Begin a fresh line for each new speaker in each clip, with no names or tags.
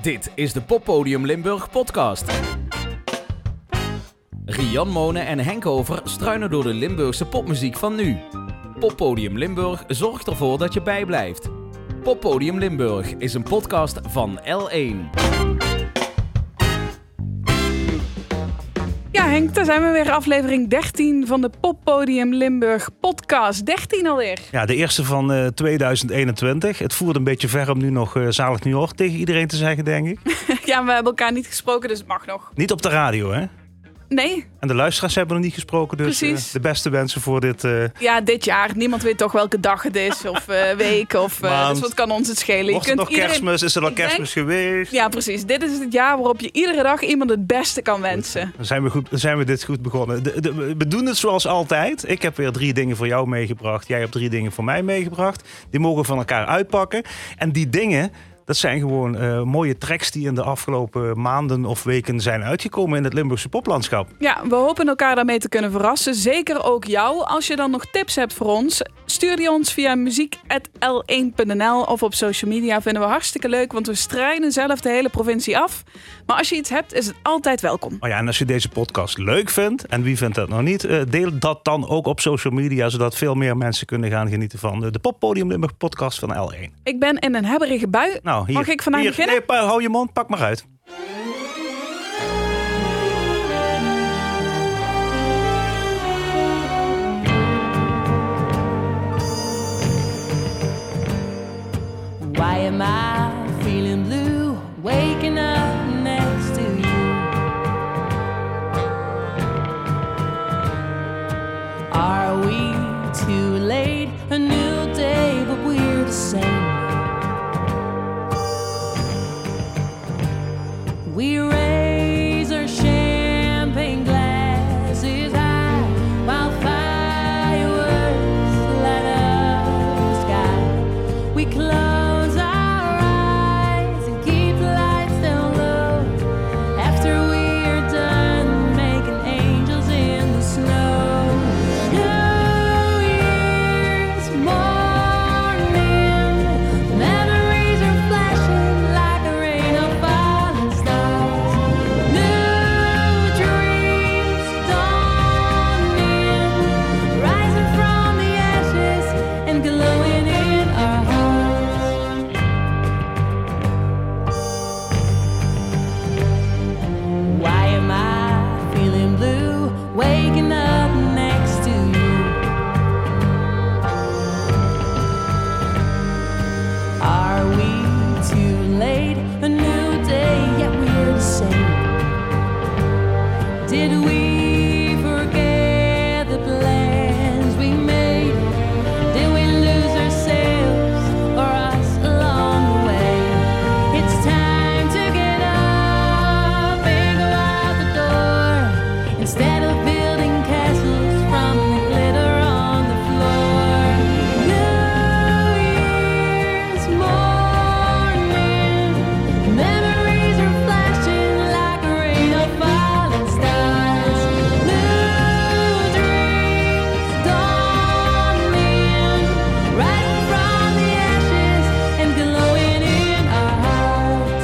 Dit is de Poppodium Limburg podcast. Rian Monen en Henk Over struinen door de Limburgse popmuziek van nu. Poppodium Limburg zorgt ervoor dat je bijblijft. Poppodium Limburg is een podcast van L1.
Ja Henk, daar zijn we weer. Aflevering 13 van de Poppodium Limburg podcast. 13 alweer.
Ja, de eerste van 2021. Het voert een beetje ver om nu nog zalig nieuwjaar tegen iedereen te zeggen, denk ik.
Ja, we hebben elkaar niet gesproken, dus het mag nog.
Niet op de radio, hè?
Nee.
En de luisteraars hebben nog niet gesproken, dus de beste wensen voor dit...
Ja, dit jaar. Niemand weet toch welke dag het is, of week, of... dus wat kan ons het schelen?
Wordt het nog kerstmis? Is er al kerstmis geweest?
Ja, precies. Dit is het jaar waarop je iedere dag iemand het beste kan wensen.
Dan zijn we dit goed begonnen. We doen het zoals altijd. Ik heb weer 3 dingen voor jou meegebracht. Jij hebt 3 dingen voor mij meegebracht. Die mogen we van elkaar uitpakken. En die dingen... Dat zijn gewoon mooie tracks die in de afgelopen maanden of weken zijn uitgekomen in het Limburgse poplandschap.
Ja, we hopen elkaar daarmee te kunnen verrassen. Zeker ook jou. Als je dan nog tips hebt voor ons, stuur die ons via muziek@l1.nl of op social media. Vinden we hartstikke leuk, want we strijden zelf de hele provincie af. Maar als je iets hebt, is het altijd welkom.
Oh ja, en als je deze podcast leuk vindt, en wie vindt dat nog niet, deel dat dan ook op social media, zodat veel meer mensen kunnen gaan genieten van de Poppodium Limburg podcast van L1.
Ik ben in een hebberige bui.
Nou, hier,
mag ik vandaag beginnen?
Nee, hou je mond, pak maar uit.
Why am I feeling blue, waking up next to you? Are we too late? A new day, but we're the same. We raise our champagne glasses high while fireworks light up the sky. We close our eyes and keep the lights down low. After we're done making angels in the snow. New Year's morning, memories are flashing like a rain of falling stars. New dreams dawning, rising from the ashes and glowing in our hearts. Why am I feeling blue, waking up next to you? Are we too late? A new day, yet we're the same. Did we forget the plans we made? Did we lose ourselves or us along the way? It's time to get up and go out the door instead of building castles from the glitter on the floor. New Year's morning, memories are flashing like a rain of falling stars. New dreams dawning, rising from the ashes and glowing in our hearts.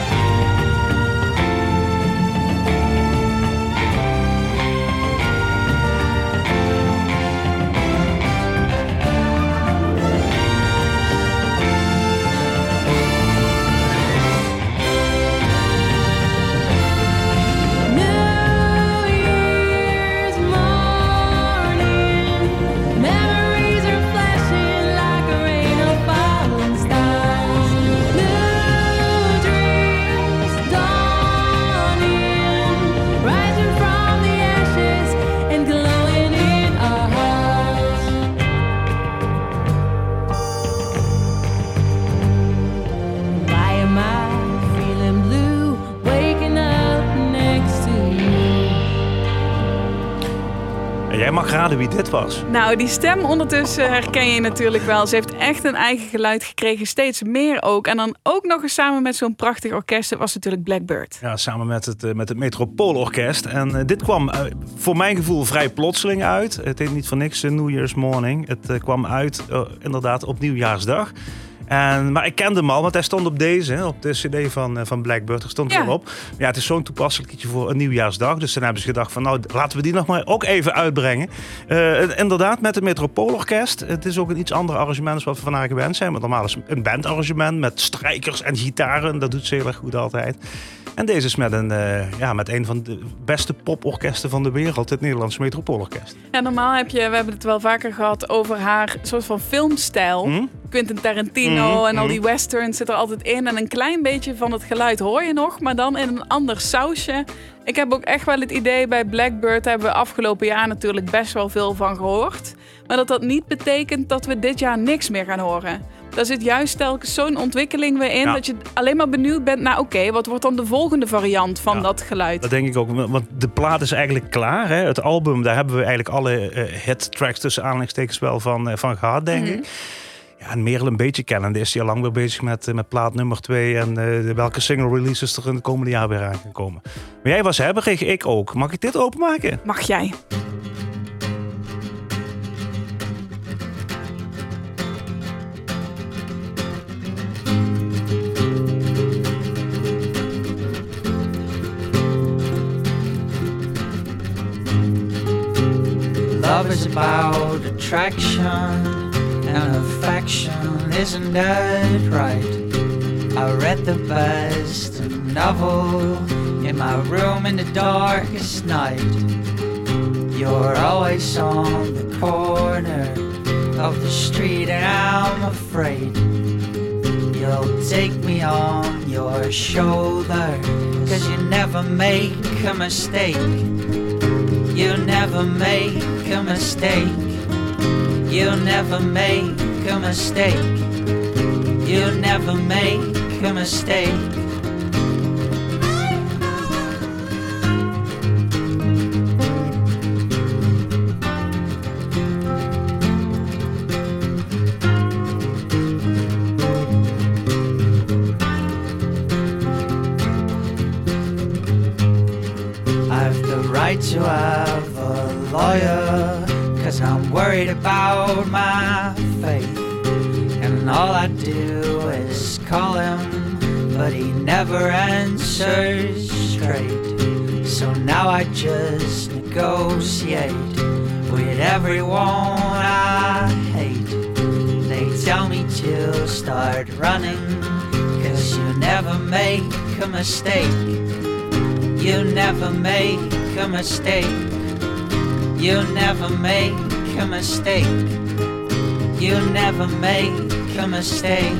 New Year's morning, memories are flashing like a rain of falling stars. New dreams dawning, rising from the ashes and glowing in our hearts. Why am I feeling blue, waking up next to you?
En jij mag raden wie dit was.
Nou, die stem ondertussen herken je natuurlijk wel. Ze heeft echt een eigen geluid gekregen, steeds meer ook. En dan ook nog eens samen met zo'n prachtig orkest. Dat was natuurlijk Blackbird.
Ja, samen met het Metropoolorkest. En dit kwam voor mijn gevoel vrij plotseling uit. Het heet niet voor niks New Year's Morning. Het kwam uit inderdaad op Nieuwjaarsdag. Maar ik kende hem al, want hij stond op de cd van Blackbird. Er stond wel op. Ja, het is zo'n toepasselijk liedje voor een nieuwjaarsdag. Dus dan hebben ze gedacht van, nou, laten we die nog maar ook even uitbrengen. Inderdaad, met het Metropoolorkest. Het is ook een iets ander arrangement als wat we vandaag gewend zijn. Want normaal is een bandarrangement met strijkers en gitaren. Dat doet ze heel erg goed altijd. En deze is met een van de beste poporkesten van de wereld, het Nederlandse Metropoolorkest.
Ja, normaal we hebben het wel vaker gehad over haar soort van filmstijl. Quentin Tarantino en al die westerns zit er altijd in. En een klein beetje van het geluid hoor je nog, maar dan in een ander sausje. Ik heb ook echt wel het idee, bij Blackbird hebben we afgelopen jaar natuurlijk best wel veel van gehoord. Maar dat niet betekent dat we dit jaar niks meer gaan horen. Daar zit juist telkens zo'n ontwikkeling weer in, dat je alleen maar benieuwd bent naar wat wordt dan de volgende variant van dat geluid? Dat
denk ik ook, want de plaat is eigenlijk klaar. Hè? Het album, daar hebben we eigenlijk alle hit tracks tussen aanhalingstekens wel van gehad, denk ik. Ja, en Merel een beetje kennende is hij al lang weer bezig met plaat nummer 2 en welke single releases er in het komende jaar weer aan gaan komen. Maar jij was hebberig, ik ook. Mag ik dit openmaken?
Mag jij.
Love is about attraction and affection, isn't that right? I read the best novel in my room in the darkest night. You're always on the corner of the street and I'm afraid you'll take me on your shoulder, 'cause you never make a mistake. You never make a mistake. You never make a mistake. You never make a mistake. I've the right to have a lawyer, 'cause I'm worried about my faith. And all I do is call him, but he never answers straight. So now I just negotiate with everyone I hate. They tell me to start running, 'cause you never make a mistake. You never make a mistake. You never make a mistake. You never make a mistake.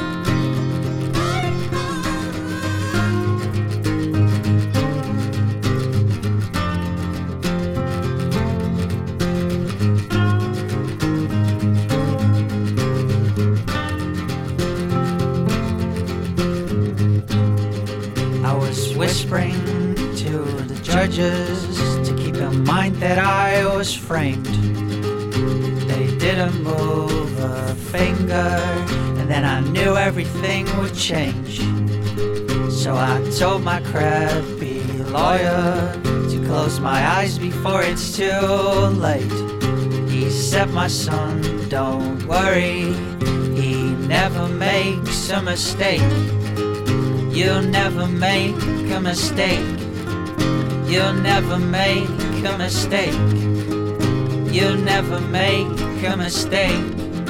I was whispering to the judges to keep in mind that I was framed. They didn't move a finger, and then I knew everything would change. So I told my crappy lawyer to close my eyes before it's too late. He said, my son, don't worry, he never makes a mistake. You never make a mistake. You never make a mistake. You never make a mistake.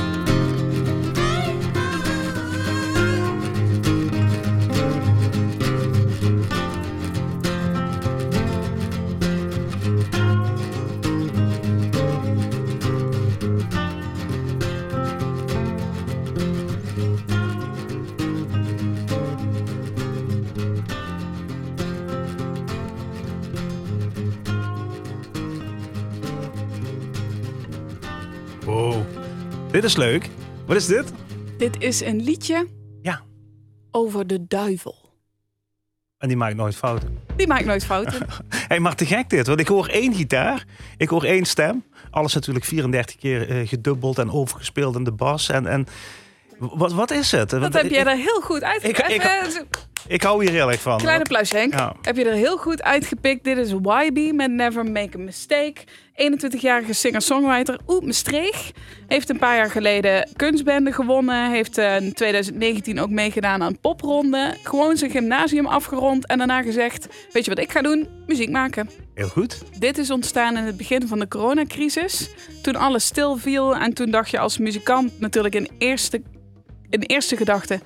Wow, dit is leuk. Wat is dit?
Dit is een liedje over de duivel.
En die maakt nooit fouten.
Die maakt nooit fouten.
Hey, maar te gek dit, want ik hoor 1 gitaar, ik hoor 1 stem. Alles natuurlijk 34 keer gedubbeld en overgespeeld in de bas. En wat is het?
Dat heb jij er heel goed uitgelegd.
Ik hou hier heel erg van.
Klein applausje, Henk.
Ja.
Heb je er heel goed uitgepikt. Dit is YB met Never Make a Mistake. 21-jarige singer-songwriter uit Maastricht. Heeft een paar jaar geleden kunstbende gewonnen. Heeft in 2019 ook meegedaan aan popronde. Gewoon zijn gymnasium afgerond en daarna gezegd... weet je wat ik ga doen? Muziek maken.
Heel goed.
Dit is ontstaan in het begin van de coronacrisis. Toen alles stil viel en toen dacht je als muzikant natuurlijk in eerste gedachte...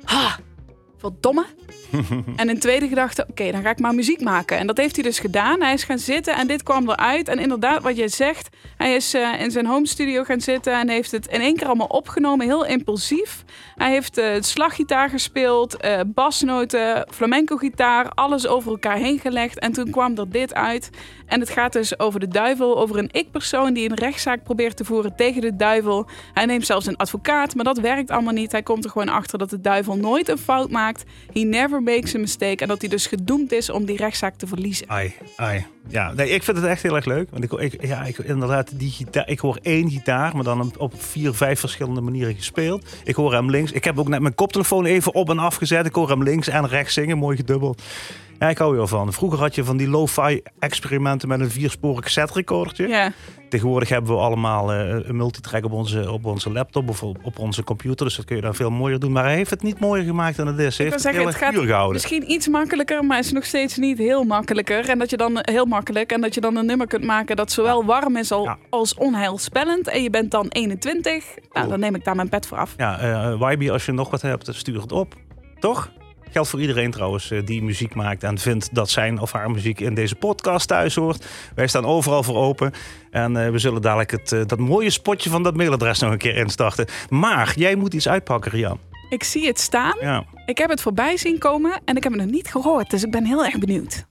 verdomme. En in tweede gedachte, oké, dan ga ik maar muziek maken. En dat heeft hij dus gedaan. Hij is gaan zitten en dit kwam eruit. En inderdaad, wat jij zegt, hij is in zijn home studio gaan zitten en heeft het in één keer allemaal opgenomen. Heel impulsief. Hij heeft slaggitaar gespeeld, basnoten, flamenco-gitaar, alles over elkaar heen gelegd. En toen kwam er dit uit. En het gaat dus over de duivel, over een ik-persoon die een rechtszaak probeert te voeren tegen de duivel. Hij neemt zelfs een advocaat, maar dat werkt allemaal niet. Hij komt er gewoon achter dat de duivel nooit een fout maakt. He never makes a mistake. En dat hij dus gedoemd is om die rechtszaak te verliezen.
Ai. Ja, nee, ik vind het echt heel erg leuk. Want inderdaad, die gitaar, ik hoor 1 gitaar, maar dan op 4, 5 verschillende manieren gespeeld. Ik hoor hem links. Ik heb ook net mijn koptelefoon even op en afgezet. Ik hoor hem links en rechts zingen, mooi gedubbeld. Ja, ik hou er wel van. Vroeger had je van die lo-fi experimenten met een 4-sporig cassette recordertje.
Ja.
Tegenwoordig hebben we allemaal een multitrack op onze laptop of op onze computer. Dus dat kun je dan veel mooier doen. Maar hij heeft het niet mooier gemaakt dan het is. Hij heeft het heel erg puur gehouden.
Misschien iets makkelijker, maar het is nog steeds niet heel makkelijker. En dat je dan heel makkelijk en dat je dan een nummer kunt maken dat zowel warm is als onheilspellend. En je bent dan 21. Nou, dan neem ik daar mijn pet voor af.
Ja, YB, als je nog wat hebt, stuur het op. Toch? Geldt voor iedereen trouwens die muziek maakt en vindt dat zijn of haar muziek in deze podcast thuis hoort. Wij staan overal voor open en we zullen dadelijk dat mooie spotje van dat mailadres nog een keer instarten. Maar jij moet iets uitpakken, Rian.
Ik zie het staan.
Ja.
Ik heb het voorbij zien komen en ik heb het nog niet gehoord. Dus ik ben heel erg benieuwd.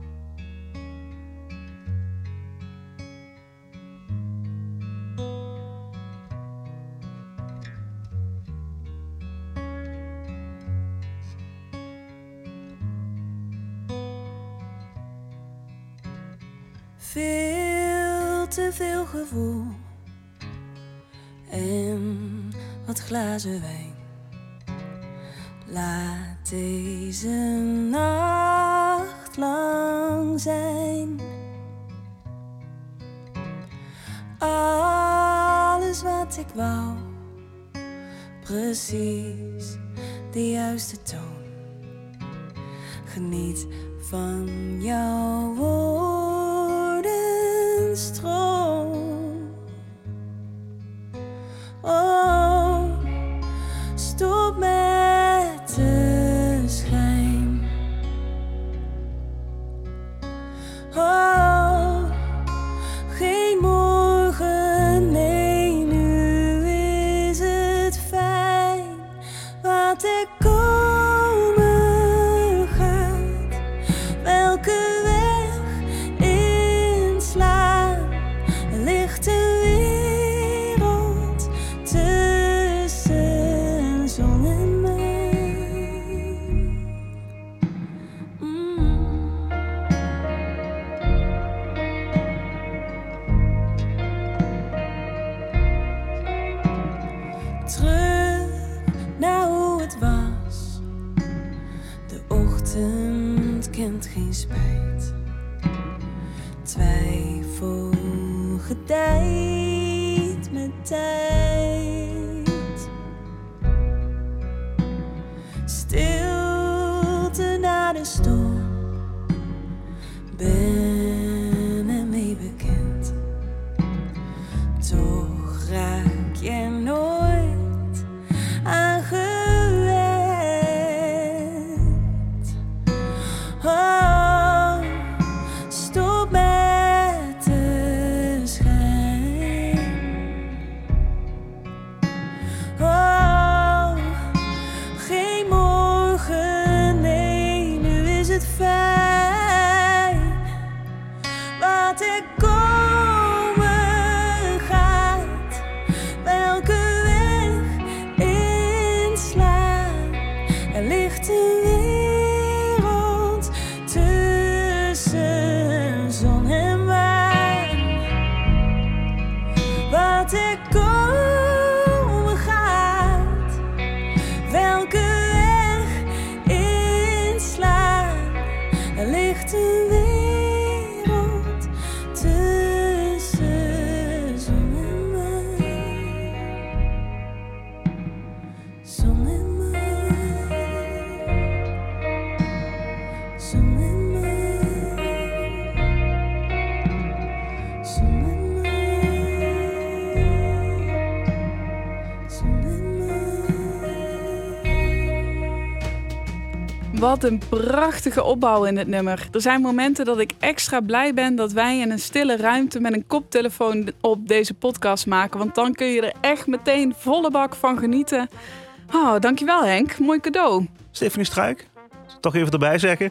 Veel te veel gevoel en wat glazen wijn. Laat deze nacht lang zijn. Alles wat ik wou, precies de juiste toon. Geniet van jouw woordenstroom. Oh, stop met de schijn. Oh, geen morgen, nee, nu is het fijn. Wat er komen gaat, welke weg inslaan. Er ligt een wereld tussen zon en mij. Terug naar hoe het was. De ochtend kent geen spijt. Twijfel gedijt met tijd. Stilte na de storm. Ben ermee bekend. Toch raak je nooit aan gewend. Oh, stop met de schijn. Oh, geen morgen, nee, nu is het fijn. Wat er komen gaat, welke weg inslaan. Er ligt een wereld tussen zon en maan. Wat er komen gaat, welke weg
Wat een prachtige opbouw in het nummer. Er zijn momenten dat ik extra blij ben dat wij in een stille ruimte met een koptelefoon op deze podcast maken. Want dan kun je er echt meteen volle bak van genieten. Oh, dankjewel Henk. Mooi cadeau.
Stefanie Struik. Toch even erbij zeggen.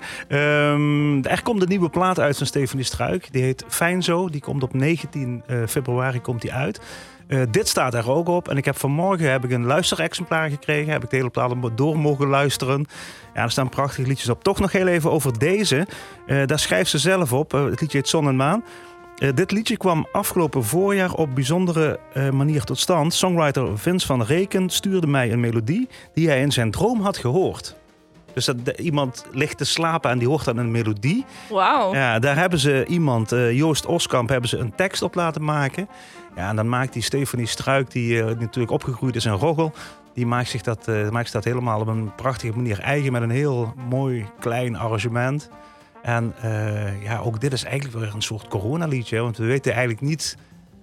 Er komt een nieuwe plaat uit van Stefanie Struik. Die heet Fijn Zo. Die komt op 19 februari komt die uit. Dit staat er ook op. En ik heb vanmorgen een luisterexemplaar gekregen. Heb ik de hele plaat door mogen luisteren. Ja, er staan prachtige liedjes op. Toch nog heel even over deze. Daar schrijft ze zelf op. Het liedje heet Zon en Maan. Dit liedje kwam afgelopen voorjaar op bijzondere manier tot stand. Songwriter Vince van Reken stuurde mij een melodie die hij in zijn droom had gehoord. Dus iemand ligt te slapen en die hoort dan een melodie.
Wauw.
Ja, daar hebben ze iemand, Joost Oskamp, hebben ze een tekst op laten maken. Ja, en dan maakt die Stefanie Struik, die natuurlijk opgegroeid is in Roggel, die maakt dat helemaal op een prachtige manier eigen met een heel mooi klein arrangement. En ook dit is eigenlijk weer een soort coronaliedje, want we weten eigenlijk niet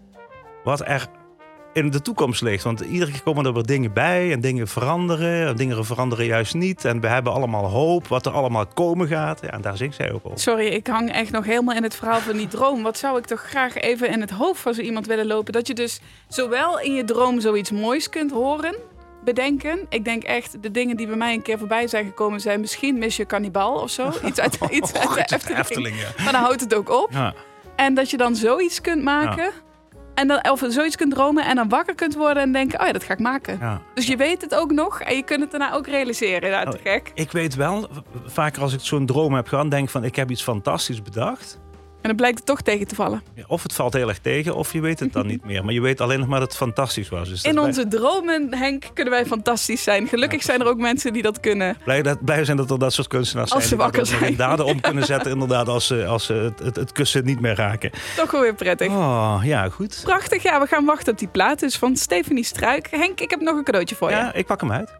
wat er in de toekomst ligt. Want iedere keer komen er weer dingen bij en dingen veranderen. En dingen veranderen juist niet. En we hebben allemaal hoop wat er allemaal komen gaat. Ja, en daar zingt zij ook op.
Sorry, ik hang echt nog helemaal in het verhaal van die droom. Wat zou ik toch graag even in het hoofd van zo iemand willen lopen. Dat je dus zowel in je droom zoiets moois kunt horen, bedenken. Ik denk echt, de dingen die bij mij een keer voorbij zijn gekomen zijn misschien Mis je Cannibal of zo. Iets uit de Efteling.
Ja.
Maar dan houdt het ook op. Ja. En dat je dan zoiets kunt maken. Ja. En dan, of zoiets kunt dromen en dan wakker kunt worden en denken, oh ja, dat ga ik maken. Ja. Dus je weet het ook nog en je kunt het daarna ook realiseren. Ja, te gek.
Ik weet wel, vaker als ik zo'n droom heb gehad, denk van ik heb iets fantastisch bedacht.
En dan blijkt het toch tegen te vallen.
Ja, of het valt heel erg tegen, of je weet het dan niet meer. Maar je weet alleen nog maar dat het fantastisch was. Dus
in onze dromen, Henk, kunnen wij fantastisch zijn. Gelukkig zijn er ook mensen die dat kunnen.
Blij zijn dat er dat soort kunstenaars
als
zijn.
Als ze wakker zijn.
Die daden om kunnen zetten, inderdaad, als ze het kussen niet meer raken.
Toch wel weer prettig.
Oh, ja, goed.
Prachtig, ja, we gaan wachten op die plaat. Dus van Stefanie Struik. Henk, ik heb nog een cadeautje voor je.
Ja, ik pak hem uit.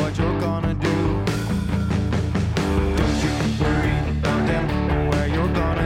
Don't you worry about them, where you're gonna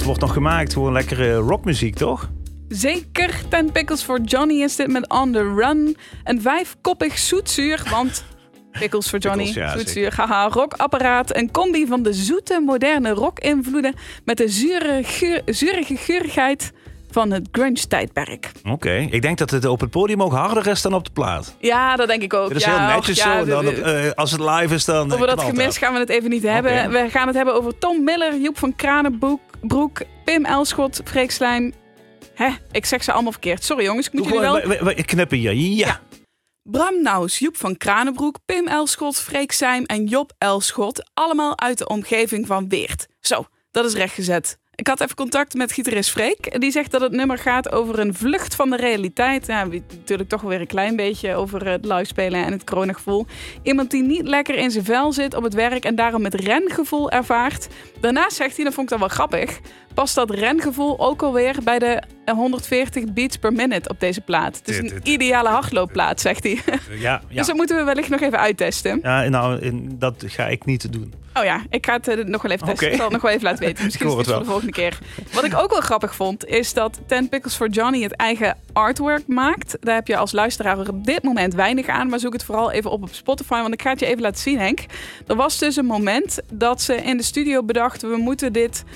wordt nog gemaakt. Gewoon lekkere rockmuziek, toch?
Zeker. 10 Pickles for Johnny is dit met On The Run. Een 5-koppig zoetzuur, want Pickles for Johnny,
Pickles, ja,
zoetzuur, haha, rockapparaat. Een combi van de zoete, moderne rock-invloeden met de zurige geurigheid van het grunge-tijdperk.
Oké. Ik denk dat het op het podium ook harder is dan op de plaat.
Ja, dat denk ik ook.
Dat is heel netjes zo. Dan als het live is, dan
over dat
knalt
gemis gaan we het even niet hebben.
Oké.
We gaan het hebben over Tom Miller, Joep van Kranenbroek, Pim Elschot, Freek Slijm. Ik zeg ze allemaal verkeerd. Sorry jongens, ik moet jullie wel...
We knippen hier. Ja.
Bram Naus, Joep van Kranenbroek, Pim Elschot, Freek Slijm en Job Elschot. Allemaal uit de omgeving van Weert. Zo, dat is rechtgezet. Ik had even contact met gitarist Freek. En die zegt dat het nummer gaat over een vlucht van de realiteit. Ja, natuurlijk toch wel weer een klein beetje over het live spelen en het coronagevoel. Iemand die niet lekker in zijn vel zit op het werk en daarom het rengevoel ervaart. Daarnaast zegt hij, dat vond ik dan wel grappig, past dat rengevoel ook alweer bij de 140 beats per minute op deze plaat. Het is een ideale hardloopplaat, zegt hij.
Ja.
Dus dat moeten we wellicht nog even uittesten.
Ja, nou, dat ga ik niet doen.
Oh ja, ik ga het nog wel even testen.
Okay.
Ik zal het nog wel even laten weten. Misschien is het voor de volgende keer. Wat ik ook wel grappig vond, is dat 10 Pickles for Johnny het eigen artwork maakt. Daar heb je als luisteraar op dit moment weinig aan. Maar zoek het vooral even op Spotify. Want ik ga het je even laten zien, Henk. Er was dus een moment dat ze in de studio bedachten, we moeten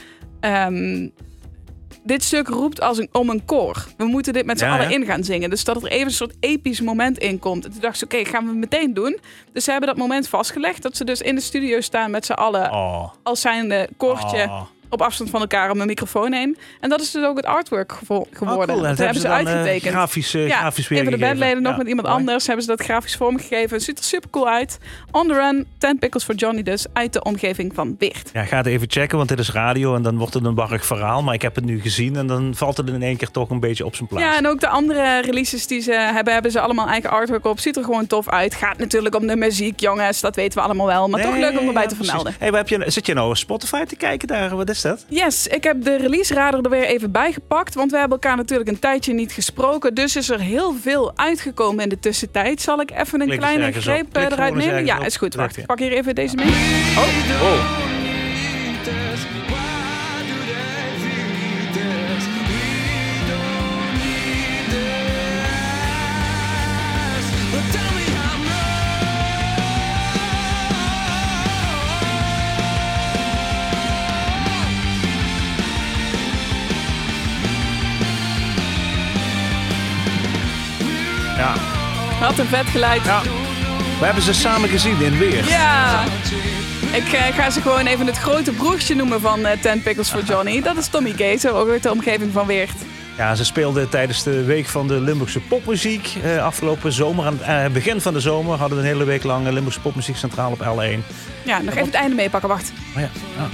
dit stuk roept om een koor. We moeten dit met z'n allen in gaan zingen. Dus dat er even een soort episch moment in komt. En toen dacht ze, oké, gaan we meteen doen. Dus ze hebben dat moment vastgelegd. Dat ze dus in de studio staan met z'n allen als zijnde koortje op afstand van elkaar om een microfoon heen. En dat is dus ook het artwork geworden.
Cool.
Dat hebben ze uitgetekend.
Grafisch weergegeven.
Even de bandleden nog met iemand anders hebben ze dat grafisch vormgegeven. Het ziet er super cool uit. On The Run, 10 Pickles for Johnny dus, uit de omgeving van Weert.
Ja, ga het even checken, want dit is radio en dan wordt het een warrig verhaal. Maar ik heb het nu gezien en dan valt het in één keer toch een beetje op zijn plaats.
Ja, en ook de andere releases die ze hebben ze allemaal eigen artwork op. Ziet er gewoon tof uit. Gaat natuurlijk om de muziek, jongens. Dat weten we allemaal wel. Maar toch leuk om erbij te vermelden.
Hey, zit je nou op Spotify te kijken daar? Wat is dat?
Yes, ik heb de release radar er weer even bij gepakt. Want we hebben elkaar natuurlijk een tijdje niet gesproken. Dus is er heel veel uitgekomen in de tussentijd. Zal ik even een kleine greep eruit nemen? Ja, is goed. Wacht, ik pak hier even deze mee.
Oh. Ja.
Wat een vet geluid.
Ja. We hebben ze samen gezien in Weert.
Ja. Ik ga ze gewoon even het grote broertje noemen van 10 Pickles for Johnny. Dat is Tommy Geese, ook uit de omgeving van Weert.
Ja, ze speelden tijdens de week van de Limburgse popmuziek. Afgelopen zomer, aan het begin van de zomer, hadden we een hele week lang Limburgse popmuziek centraal op L1.
Ja, nog even het einde meepakken, wacht.
Oh ja.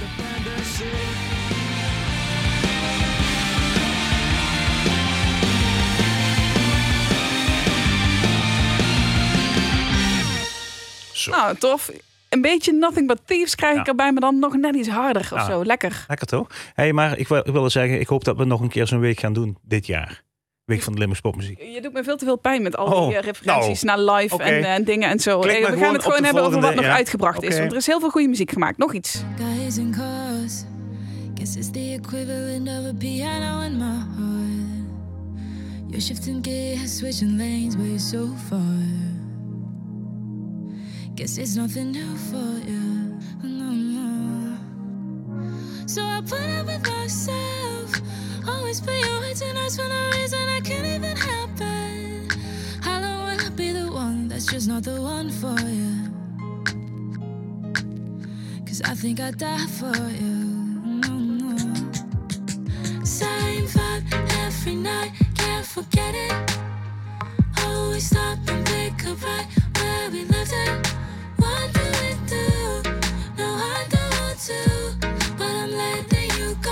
Nou, tof. Een beetje Nothing But Thieves krijg ik erbij, maar dan nog net iets harder of zo. Lekker.
Lekker toch? Hey, maar ik wil zeggen, ik hoop dat we nog een keer zo'n week gaan doen dit jaar. Week van de Limburgse popmuziek.
Je doet me veel te veel pijn met al die referenties naar live en dingen en zo. Hey, we gaan het gewoon hebben over wat nog uitgebracht is. Want er is heel veel goede muziek gemaakt. Nog iets.
Guys and cars, guess it's the equivalent of a piano in my heart. You're shifting gears, switching lanes, but you're so far. Guess it's nothing new for you. No. So I put up with myself. Always put your words in eyes for no reason I can't even help it. How long will I be the one that's just not the one for you? 'Cause I think I'd die for you. No. Same vibe every night, can't forget it. Always stop and pick up right where we left it. What do we do? No, I don't want to, but I'm letting you go.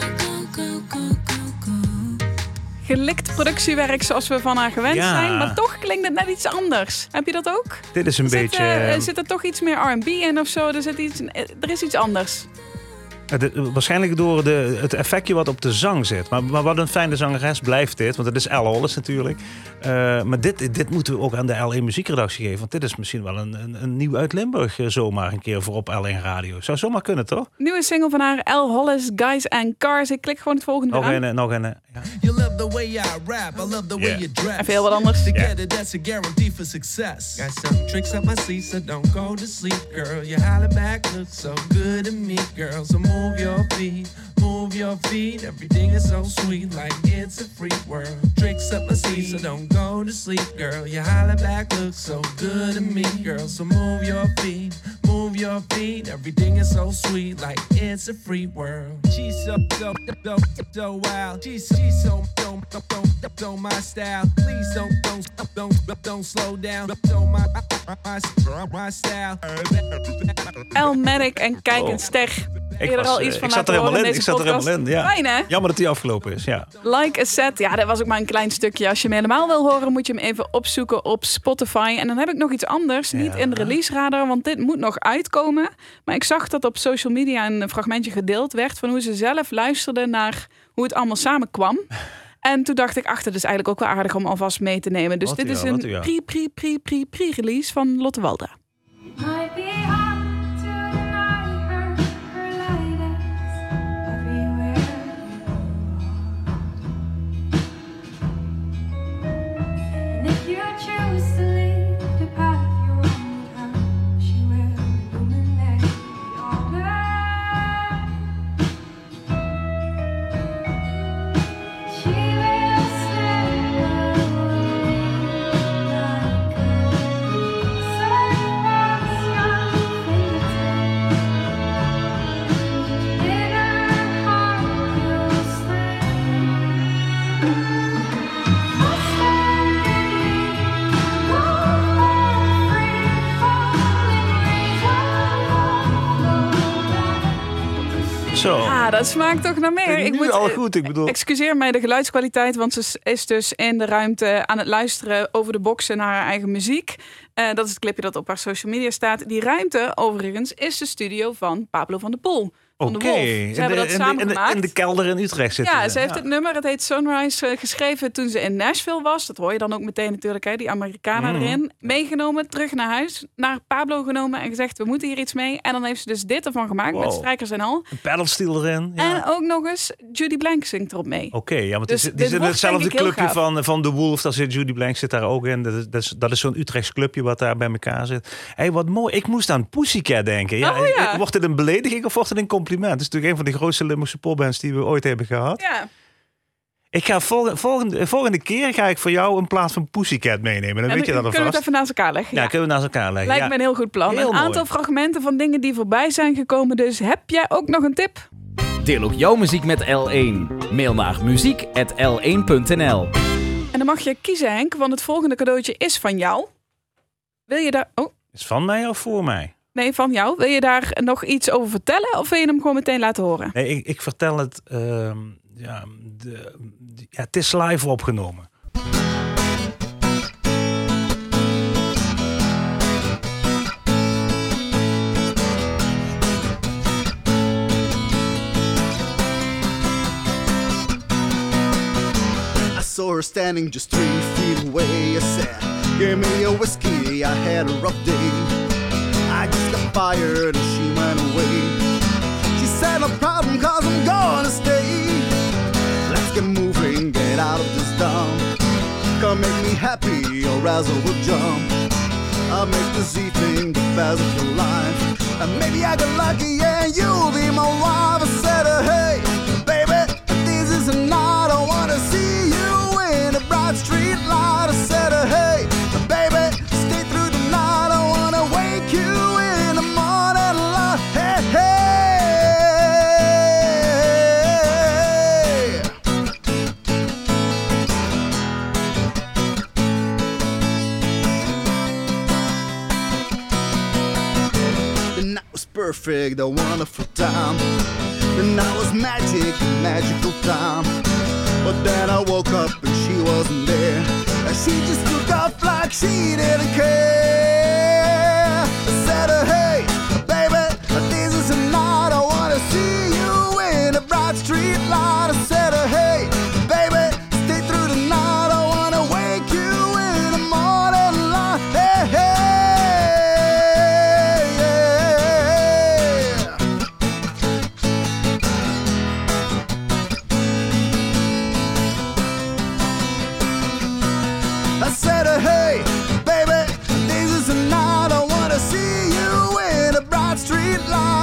Gelikt productiewerk zoals we van haar gewend zijn, maar toch klinkt het net iets anders. Heb je dat ook?
Dit is een beetje...
Zit er toch iets meer R&B in of zo? Er is iets anders.
Waarschijnlijk door het effectje wat op de zang zit. Maar wat een fijne zangeres blijft dit. Want het is Elle Hollis natuurlijk. Maar dit moeten we ook aan de L1 muziekredactie geven. Want dit is misschien wel een nieuw uit Limburg zomaar een keer voor op L1 Radio. Zou zomaar kunnen, toch?
Nieuwe single van haar, Elle Hollis, Guys and Cars. Ik klik gewoon het volgende weer aan.
Nog een. Ja.
You love the way I rap, I love the way you dress.
Even heel wat anders.
Together, that's a guarantee for success. Got some tricks up my sleeve, so don't go to sleep, girl. Your holler back looks so good to me, girl. So move your feet. Everything is so sweet, like it's a free world. Tricks up my sleeve, so don't go to sleep, girl. Your holler back looks so good to me, girl. So move your feet. Everything is so sweet, like it's a free world. She's so wild. She's so don't my style. Please don't slow down. Don't my style.
Elmatic en Kijk en Ster.
Ik zat er helemaal in. Ja.
Fijn, hè?
Jammer dat die afgelopen is. Ja.
Like a Set. Ja, dat was ook maar een klein stukje. Als je hem helemaal wil horen, moet je hem even opzoeken op Spotify. En dan heb ik nog iets anders. Niet in de release radar, want dit moet nog uitkomen. Maar ik zag dat op social media een fragmentje gedeeld werd van hoe ze zelf luisterden naar hoe het allemaal samenkwam. En toen dacht ik, dat is eigenlijk ook wel aardig om alvast mee te nemen. Dus dit is een pre-release van Lotte Walda.
Might be hard to deny her light is everywhere. And if you choose to leave the path you're on, she will illuminate your life. She will stand away like a sunrise young fingertip. In her heart you'll stand. I'll stand in go free falling
Zo.
Ah, dat smaakt toch naar meer.
Ik moet al goed, ik bedoel.
Excuseer mij de geluidskwaliteit, want ze is dus in de ruimte aan het luisteren over de boxen naar haar eigen muziek. Dat is het clipje dat op haar social media staat. Die ruimte, overigens, is de studio van Pablo van der Poel. Van de Wolf. Ze hebben dat samen gemaakt.
In de kelder in Utrecht zitten.
Ja, ze heeft het nummer, het heet Sunrise, geschreven toen ze in Nashville was. Dat hoor je dan ook meteen natuurlijk, hè, die Amerikanen erin. Meegenomen, terug naar huis, naar Pablo genomen en gezegd, we moeten hier iets mee. En dan heeft ze dus dit ervan gemaakt, met strijkers en al.
Een pedalsteel erin. Ja.
En ook nog eens, Judy Blank zingt erop mee.
Oké, ja, maar
Dus
die
dit
zit in
wordt
hetzelfde
denk ik heel
clubje van The Wolf. Daar zit Judy Blank zit daar ook in. Dat is zo'n Utrechts clubje wat daar bij elkaar zit. Hey, wat mooi. Ik moest aan Pussycat denken. Ja, wordt het een belediging of wordt het een compliment? Het is natuurlijk een van de grootste Limburgse popbands die we ooit hebben gehad.
Ja.
Ik ga volgende keer ga ik voor jou een plaats van Pussycat meenemen. Dan weet je dat alvast.
Kunnen we het even naast elkaar leggen?
Ja, kunnen we naast elkaar leggen.
Lijkt me een heel goed plan.
Heel
een aantal fragmenten van dingen die voorbij zijn gekomen. Dus heb jij ook nog een tip?
Deel ook jouw muziek met L1. Mail naar muziek@l1.nl.
En dan mag je kiezen, Henk, want het volgende cadeautje is van jou. Wil je daar... Oh,
Is het van mij of voor mij?
nee, van jou. Wil je daar nog iets over vertellen of wil je hem gewoon meteen laten horen?
Nee, ik vertel het. Het is live opgenomen.
I saw her standing just 3 feet away. I said, give me a whiskey, I had a rough day. I just got fired and she went away. She said, no problem, cause I'm gonna stay. Let's get moving, get out of this dump. Come make me happy or else I will jump. I'll make this evening the best of your life. And maybe I get lucky and you'll be my wife. I said, hey, baby, this is a night I wanna see you in a bright street light. I said, hey, baby, stay through the night. I wanna wake you in the morning light. Hey, hey. The night was perfect, a wonderful time. The night was magic, a magical time. But then I woke up and she wasn't there. And she just took off like she didn't care. I said, hey, baby, this is a night I wanna see you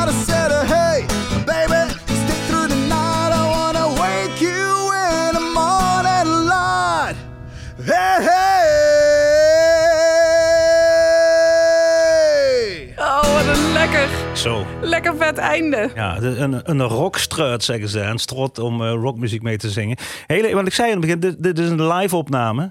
out and said, hey, baby, stay through the night. I wanna wake you in the morning light. Hey, hey.
Oh, wat een
Zo.
lekker vet einde.
Ja, een rockstruit zeggen ze. Een strot om rockmuziek mee te zingen. Want ik zei in het begin, dit is een live opname.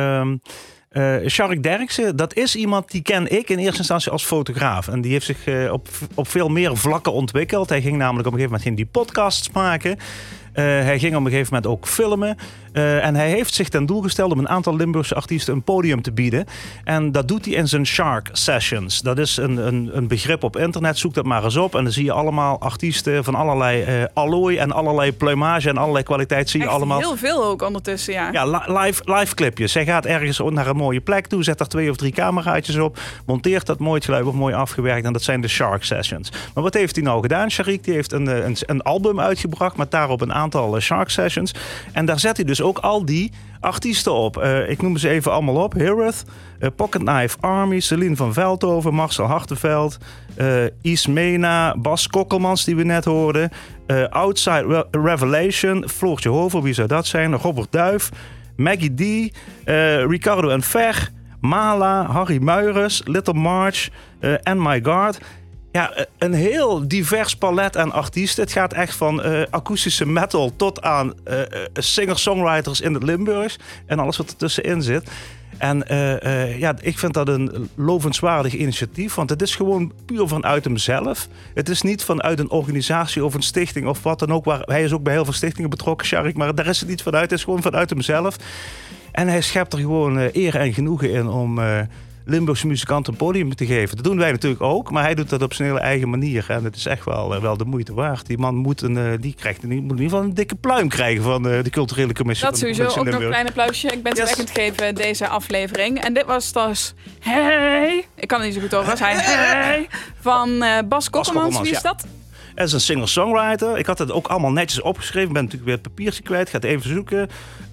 Sjarik Derksen, dat is iemand die ken ik in eerste instantie als fotograaf. En die heeft zich op veel meer vlakken ontwikkeld. Hij ging namelijk op een gegeven moment die podcasts maken. Hij ging op een gegeven moment ook filmen. En hij heeft zich ten doel gesteld om een aantal Limburgse artiesten een podium te bieden. En dat doet hij in zijn Shark Sessions. Dat is een begrip op internet. Zoek dat maar eens op. En dan zie je allemaal artiesten van allerlei allooi en allerlei pluimage en allerlei kwaliteit. Zie je
echt
allemaal.
Heel veel ook ondertussen, ja.
Ja, live clipjes. Hij gaat ergens naar een mooie plek toe. Zet er 2 of 3 cameraatjes op. Monteert dat mooi, het geluid wordt mooi afgewerkt. En dat zijn de Shark Sessions. Maar wat heeft hij nou gedaan, Sjarik? Die heeft een album uitgebracht met daarop een aantal Shark Sessions. En daar zet hij dus ook al die artiesten op. Ik noem ze even allemaal op. Hireth, Pocket Knife Army, Celine van Veldhoven, Marcel Hartenveld, Ismena, Bas Kokkelmans die we net hoorden, Outside Revelation, Floortje Hover, wie zou dat zijn? Robert Duif, Maggie D, Ricardo en Ver, Mala, Harry Muiris, Little March en My God. Ja, een heel divers palet aan artiesten. Het gaat echt van akoestische metal tot aan singer-songwriters in het Limburgs. En alles wat ertussenin zit. En ik vind dat een lovenswaardig initiatief. Want het is gewoon puur vanuit hemzelf. Het is niet vanuit een organisatie of een stichting of wat dan ook. Hij is ook bij heel veel stichtingen betrokken, Sjarik. Maar daar is het niet vanuit. Het is gewoon vanuit hemzelf. En hij schept er gewoon eer en genoegen in om Limburgse muzikanten een podium te geven. Dat doen wij natuurlijk ook, maar hij doet dat op zijn hele eigen manier. En het is echt wel de moeite waard. Die man moet in ieder geval een dikke pluim krijgen van de culturele commissie.
Dat sowieso, ook nog een klein applausje. Ik ben te weg aan het geven deze aflevering. En dit was dus Hey, ik kan het niet zo goed over als Hey, van Bas Kokkelmans. Wie is dat?
Hij is een singer-songwriter. Ik had het ook allemaal netjes opgeschreven. Ik ben natuurlijk weer het papiertje kwijt. Ik ga het even zoeken.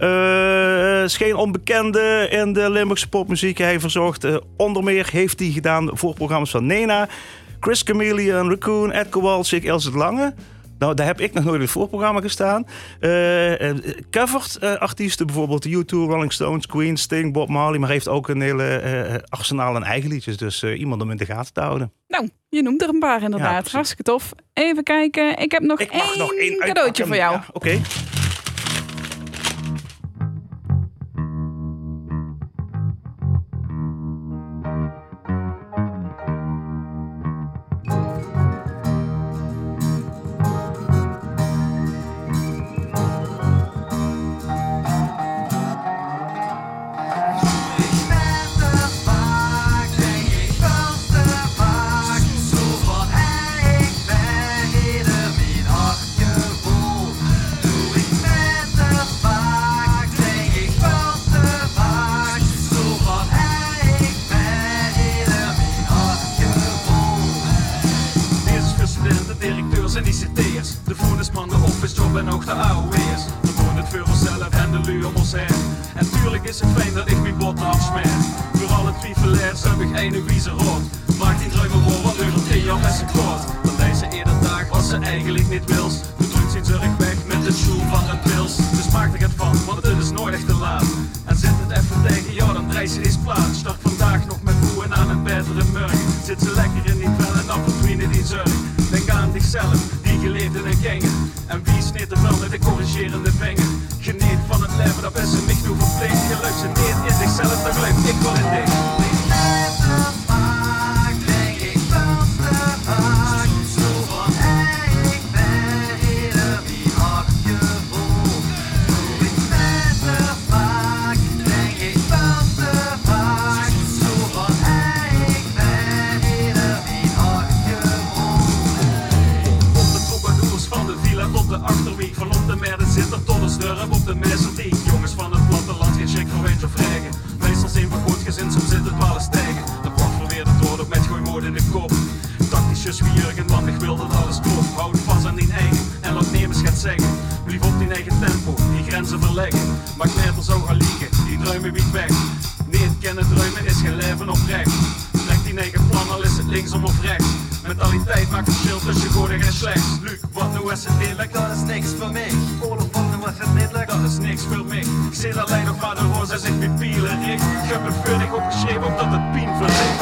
Is geen onbekende in de Limburgse popmuziek. Hij verzorgt onder meer, heeft hij gedaan voor programma's van Nena, Chris Chameleon, Raccoon, Ed Kowalczyk, Ilse de Lange. Nou, daar heb ik nog nooit in het voorprogramma gestaan. Covert artiesten, bijvoorbeeld U2, Rolling Stones, Queen, Sting, Bob Marley. Maar heeft ook een hele arsenaal aan eigen liedjes. Dus iemand om in de gaten te houden.
Nou, je noemt er een paar inderdaad.
Ja,
hartstikke tof. Even kijken. Ik heb nog één cadeautje voor jou.
Ja, oké.
En ICT'ers, de voerdersman, de officejob en ook de AOW'ers. We doen het voor onszelf en de lui om ons heen. En tuurlijk is het fijn dat ik mijn botten afsmeer. Voor alle twijfelaars heb ik enig wie ze rood. Maakt die druimen voor wat Europeer met zijn koord. Want deze eerder dag was ze eigenlijk niet wils. De drukt zijn zurg weg met de schoen van een pils. Dus maak er het van, want het is nooit echt te laat. En zet het even tegen, ja dan draai ze eens plaats. Start vandaag nog met boeien aan een betere murk. Zit ze lekker in die vel en dan verdwijnen die zurk. Denk aan zichzelf, die geleefd in een gengen. En wie sneed er wel met de corrigerende vinger? Geniet van het leven, dat is ze niet toe verplicht. Je lukt ze niet in zichzelf, dan blijf ik wel in dicht. Achterwiek van op de merden zit er tot een sturp op de Messeldiek. Jongens van het platteland, geen check voor windje of regen. Meestal zijn we goed gezin, soms zit het wel eens tegen. De pot verweert het woord op met gooimoord in de kop. Tactische zwiergen, want ik wil dat alles klopt. Houd vast aan die eigen en laat nemers gaat zeggen. Blijf op die eigen tempo, die grenzen verleggen. Mag net er zo gaan liegen, die druimen wiet weg. Nee, het kennen druimen is geen leven oprecht. Trek die 9 plan, al is het linksom of rechts. Mentaliteit maakt verschil tussen goed en slechts. Luc, wat nu is het niet lukt, dat is niks voor mij. Oorlog, wat nu is het niet lukt, dat is niks voor mij. Ik zit alleen nog maar de roos als ik met pielen richt. Ik heb me vurig opgeschreven omdat het pijn verlicht.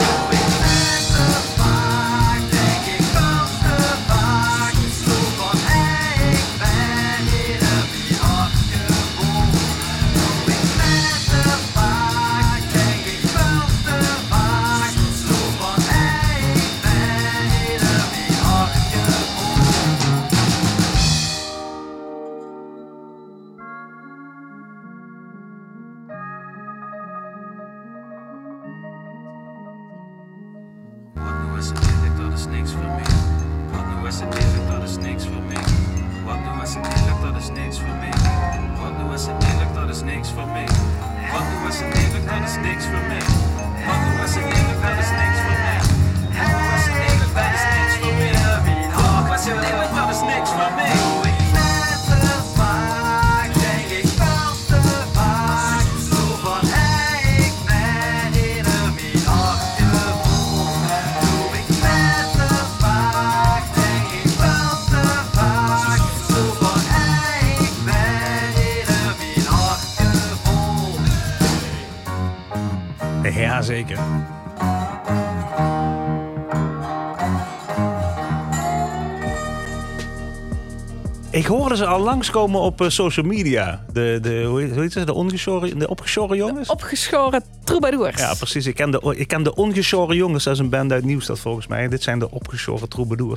Ja, zeker. Ik hoorde ze al langskomen op social media. Hoe heet het? De opgeschoren jongens?
De opgeschoren troubadours.
Ja, precies. Ik ken de ongeschoren jongens. Dat is een band uit Nieuwstad volgens mij. Dit zijn de opgeschoren troubadours.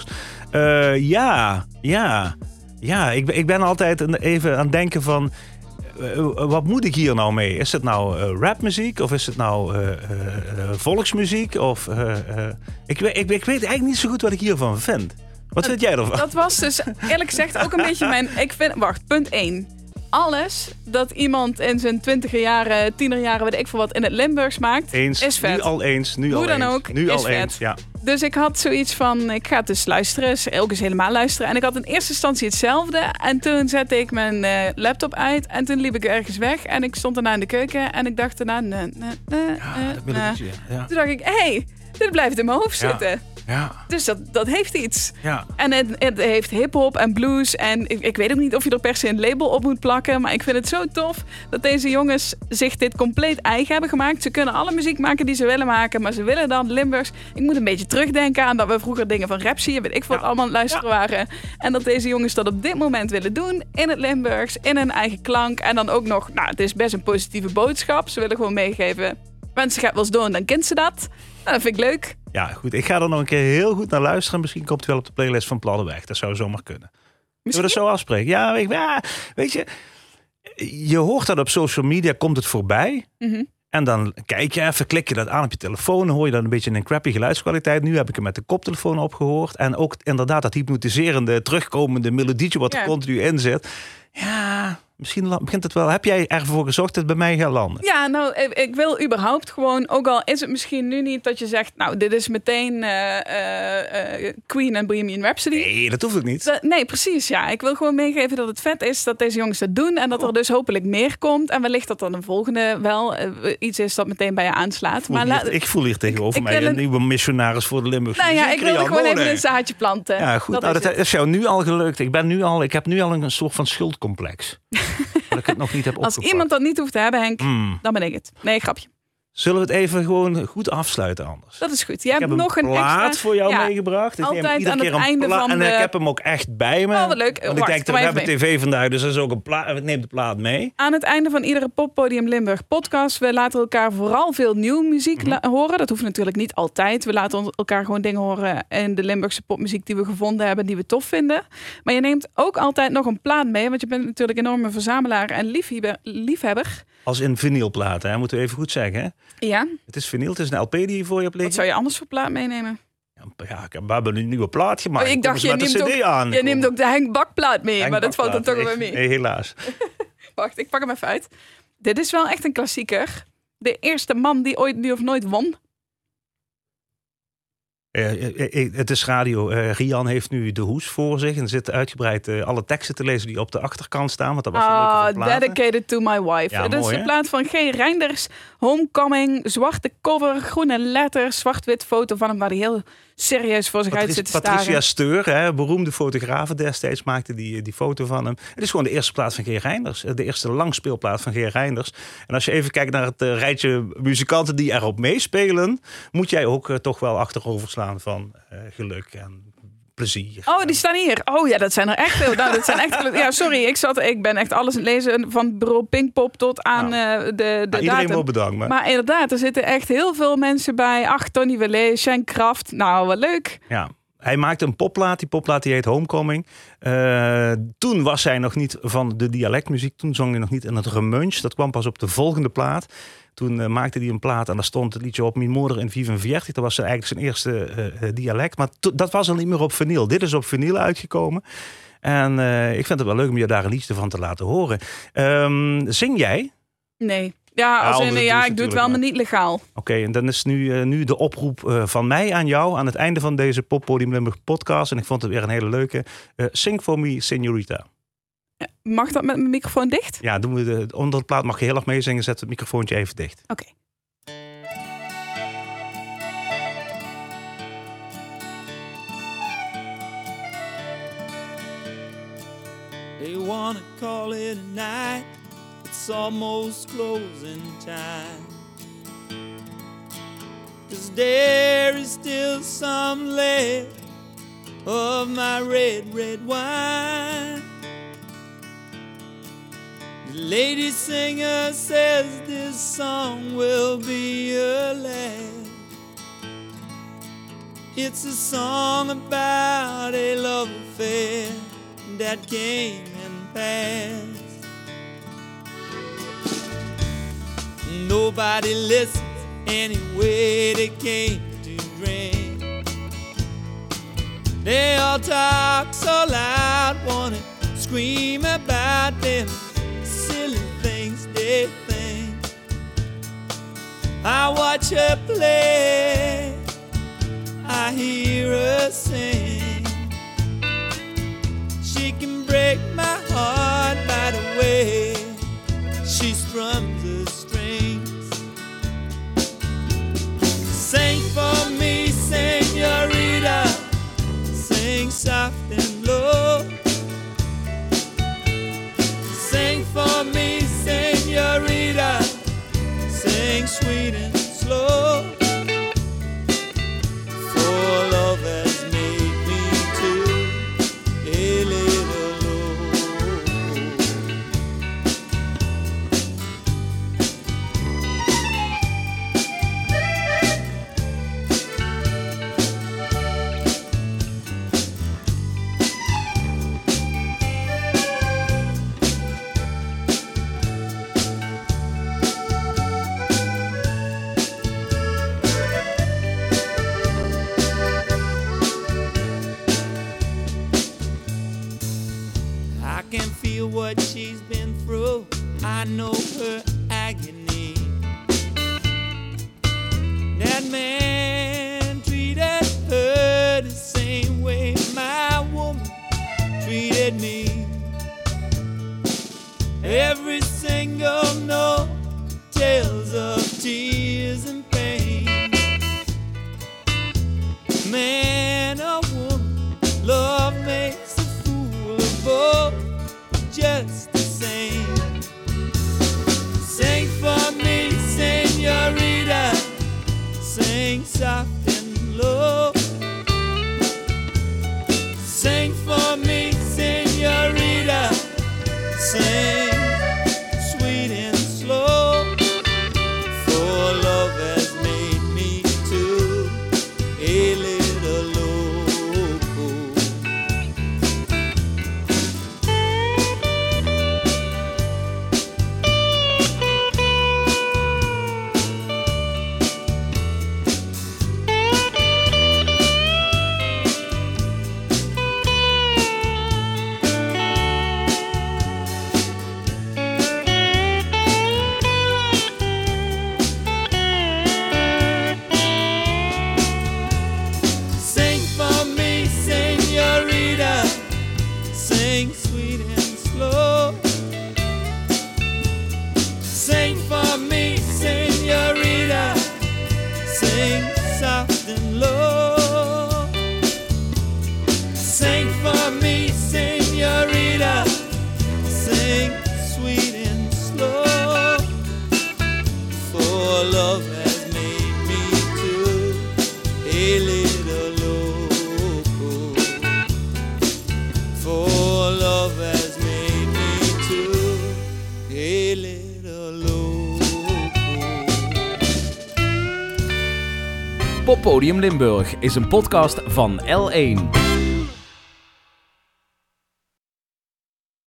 Ik ben altijd even aan het denken van... wat moet ik hier nou mee? Is het nou rapmuziek of is het nou volksmuziek? Ik weet eigenlijk niet zo goed wat ik hiervan vind. Wat vind jij ervan?
Dat was dus eerlijk gezegd ook een beetje mijn... punt 1. Alles dat iemand in zijn 20er jaren, 10er jaren, weet ik veel wat, in het Limburgs maakt, is vet.
Nu al eens.
Hoe dan ook,
nu
is
al
vet.
eens, ja.
Dus ik had zoiets van, ik ga het dus luisteren. Ook eens helemaal luisteren. En ik had in eerste instantie hetzelfde. En toen zette ik mijn laptop uit. En toen liep ik ergens weg. En ik stond daarna in de keuken. En ik dacht daarna... Toen dacht ik, hey, dit blijft in mijn hoofd zitten.
Ja.
Dus dat heeft iets.
Ja.
En het heeft hiphop en blues. En ik weet ook niet of je er per se een label op moet plakken. Maar ik vind het zo tof dat deze jongens zich dit compleet eigen hebben gemaakt. Ze kunnen alle muziek maken die ze willen maken. Maar ze willen dan Limburgs. Ik moet een beetje terugdenken aan dat we vroeger dingen van Rapsie, weet ik wat, allemaal aan het luisteren waren. En dat deze jongens dat op dit moment willen doen. In het Limburgs, in hun eigen klank. En dan ook nog, het is best een positieve boodschap. Ze willen gewoon meegeven, mensen gaat wel eens doen, dan kent ze dat. Dat vind ik leuk.
Ja, goed. Ik ga er nog een keer heel goed naar luisteren. Misschien komt het wel op de playlist van Pladdeweg. Dat zou zomaar kunnen. Zullen we dat zo afspreken? Ja, weet je. Je hoort dat op social media, komt het voorbij. Mm-hmm. En dan kijk je even, klik je dat aan op je telefoon. Hoor je dan een beetje een crappy geluidskwaliteit. Nu heb ik hem met de koptelefoon opgehoord. En ook inderdaad dat hypnotiserende, terugkomende melodietje wat er continu in zit. Ja, misschien begint het wel. Heb jij ervoor gezorgd dat het bij mij gaat landen?
Ja, nou, ik wil überhaupt gewoon, ook al is het misschien nu niet dat je zegt, nou, dit is meteen Queen en Bohemian Rhapsody.
Nee, dat hoeft ook niet.
Nee, precies, ja. Ik wil gewoon meegeven dat het vet is dat deze jongens dat doen en dat er dus hopelijk meer komt. En wellicht dat dan een volgende wel iets is dat meteen bij je aanslaat.
Ik voel hier tegenover mij een nieuwe missionaris voor de Limburgse muziek.
Nou ja, ik wilde gewoon even een zaadje planten.
Ja, goed. Dat is jou nu al gelukt. Ik heb nu al een soort van schuldcomplex. Dat ik het nog niet heb opgepakt.
Als iemand dat niet hoeft te hebben, Henk, dan ben ik het. Nee, grapje.
Zullen we het even gewoon goed afsluiten anders?
Dat is goed.
Ik heb nog een plaat voor jou meegebracht.
Altijd aan het einde van
en ik heb hem ook echt bij me.
Oh, wat leuk.
Want ik denk, we hebben tv vandaag, dus dat is ook een plaat. Neem de plaat mee.
Aan het einde van iedere Poppodium Limburg podcast, we laten elkaar vooral veel nieuwe muziek horen. Dat hoeft natuurlijk niet altijd. We laten elkaar gewoon dingen horen in de Limburgse popmuziek die we gevonden hebben, die we tof vinden. Maar je neemt ook altijd nog een plaat mee, want je bent natuurlijk een enorme verzamelaar en liefhebber.
Als in vinylplaten, hè? Moeten we even goed zeggen. Hè?
Ja.
Het is vinyl, het is een LP die je voor je hebt liggen.
Wat zou je anders voor plaat meenemen?
Ja, we hebben een nieuwe plaat gemaakt.
Ik dacht, je neemt ook de Henk Bakplaat mee,
Henk
maar dat valt dan toch
weer
weer mee.
Nee, helaas.
Wacht, ik pak hem even uit. Dit is wel echt een klassieker. De eerste man die ooit nu of nooit won.
Het is radio. Rian heeft nu de hoes voor zich en zit uitgebreid alle teksten te lezen die op de achterkant staan. Want dat was een leuke platen.
Dedicated to my wife.
Ja,
Dit is
mooi,
de
hè?
plaat van G. Reinders. Homecoming, zwarte cover, groene letters, zwart-wit foto van hem waar hij heel serieus voor zich uit zit te staren.
Patricia Steur, hè, beroemde fotografe destijds, maakte die foto van hem. Het is gewoon de eerste plaat van G. Reinders. De eerste langspeelplaat van G. Reinders. En als je even kijkt naar het rijtje muzikanten die erop meespelen, moet jij ook toch wel achterover slaan van geluk en plezier.
Oh, die staan hier. Oh ja, dat zijn er echt veel. Nou, dat zijn echt. Ja, sorry, ik ben echt alles aan het lezen van bureau Pinkpop tot aan de
iedereen
datum.
wil bedanken.
Maar inderdaad, er zitten echt heel veel mensen bij. Ach, Tony Wellet, Shen Kraft. Nou, wat leuk.
Ja. Hij maakte een popplaat. Die popplaat die heet Homecoming. Toen was hij nog niet van de dialectmuziek. Toen zong hij nog niet in het remunch. Dat kwam pas op de volgende plaat. Toen maakte hij een plaat en daar stond het liedje op Mijn moeder in 45. Dat was eigenlijk zijn eerste dialect. Maar dat was al niet meer op vinyl. Dit is op vinyl uitgekomen. En ik vind het wel leuk om je daar een liedje van te laten horen. Zing jij?
Nee. Ja, ik doe het wel, maar niet legaal.
Oké, en dan is nu de oproep van mij aan jou aan het einde van deze Poppodium Limburg podcast. En ik vond het weer een hele leuke. Sing for me, Señorita.
Mag dat met mijn microfoon dicht?
Ja, doen we onder de plaat mag je heel erg meezingen. Zet het microfoontje even dicht.
Oké.
They wanna call it a night. It's almost closing time. 'Cause there is still some left of my red, red wine. The lady singer says this song will be her last. It's a song about a love affair that came and passed. Nobody listens anyway, they came to drink. They all talk so loud, wanna scream about them silly things they think. I watch her play, I hear her sing. She can break my heart by the way she strums the strings. Sing for me, señorita, sing soft and low. Sing for me, señorita, sing sweet and slow. For love has made me too a little low. I can feel what she's been through. I know her agony. That man treated her the same way my woman treated me. Every single note tells of tears and pain. Man or woman, love makes a fool of both just the same. Sing for me, señorita, sing soft and low. Sing for me, señorita, sing sweet and slow. For love has made me too a little low. Sing sweet and slow. Sing for me, señorita. Sing soft and low. Sing for me, señorita. Sing sweet and slow. For love has made me too a little loco. For love has made me too a little loco.
Poppodium Limburg is een podcast van L1.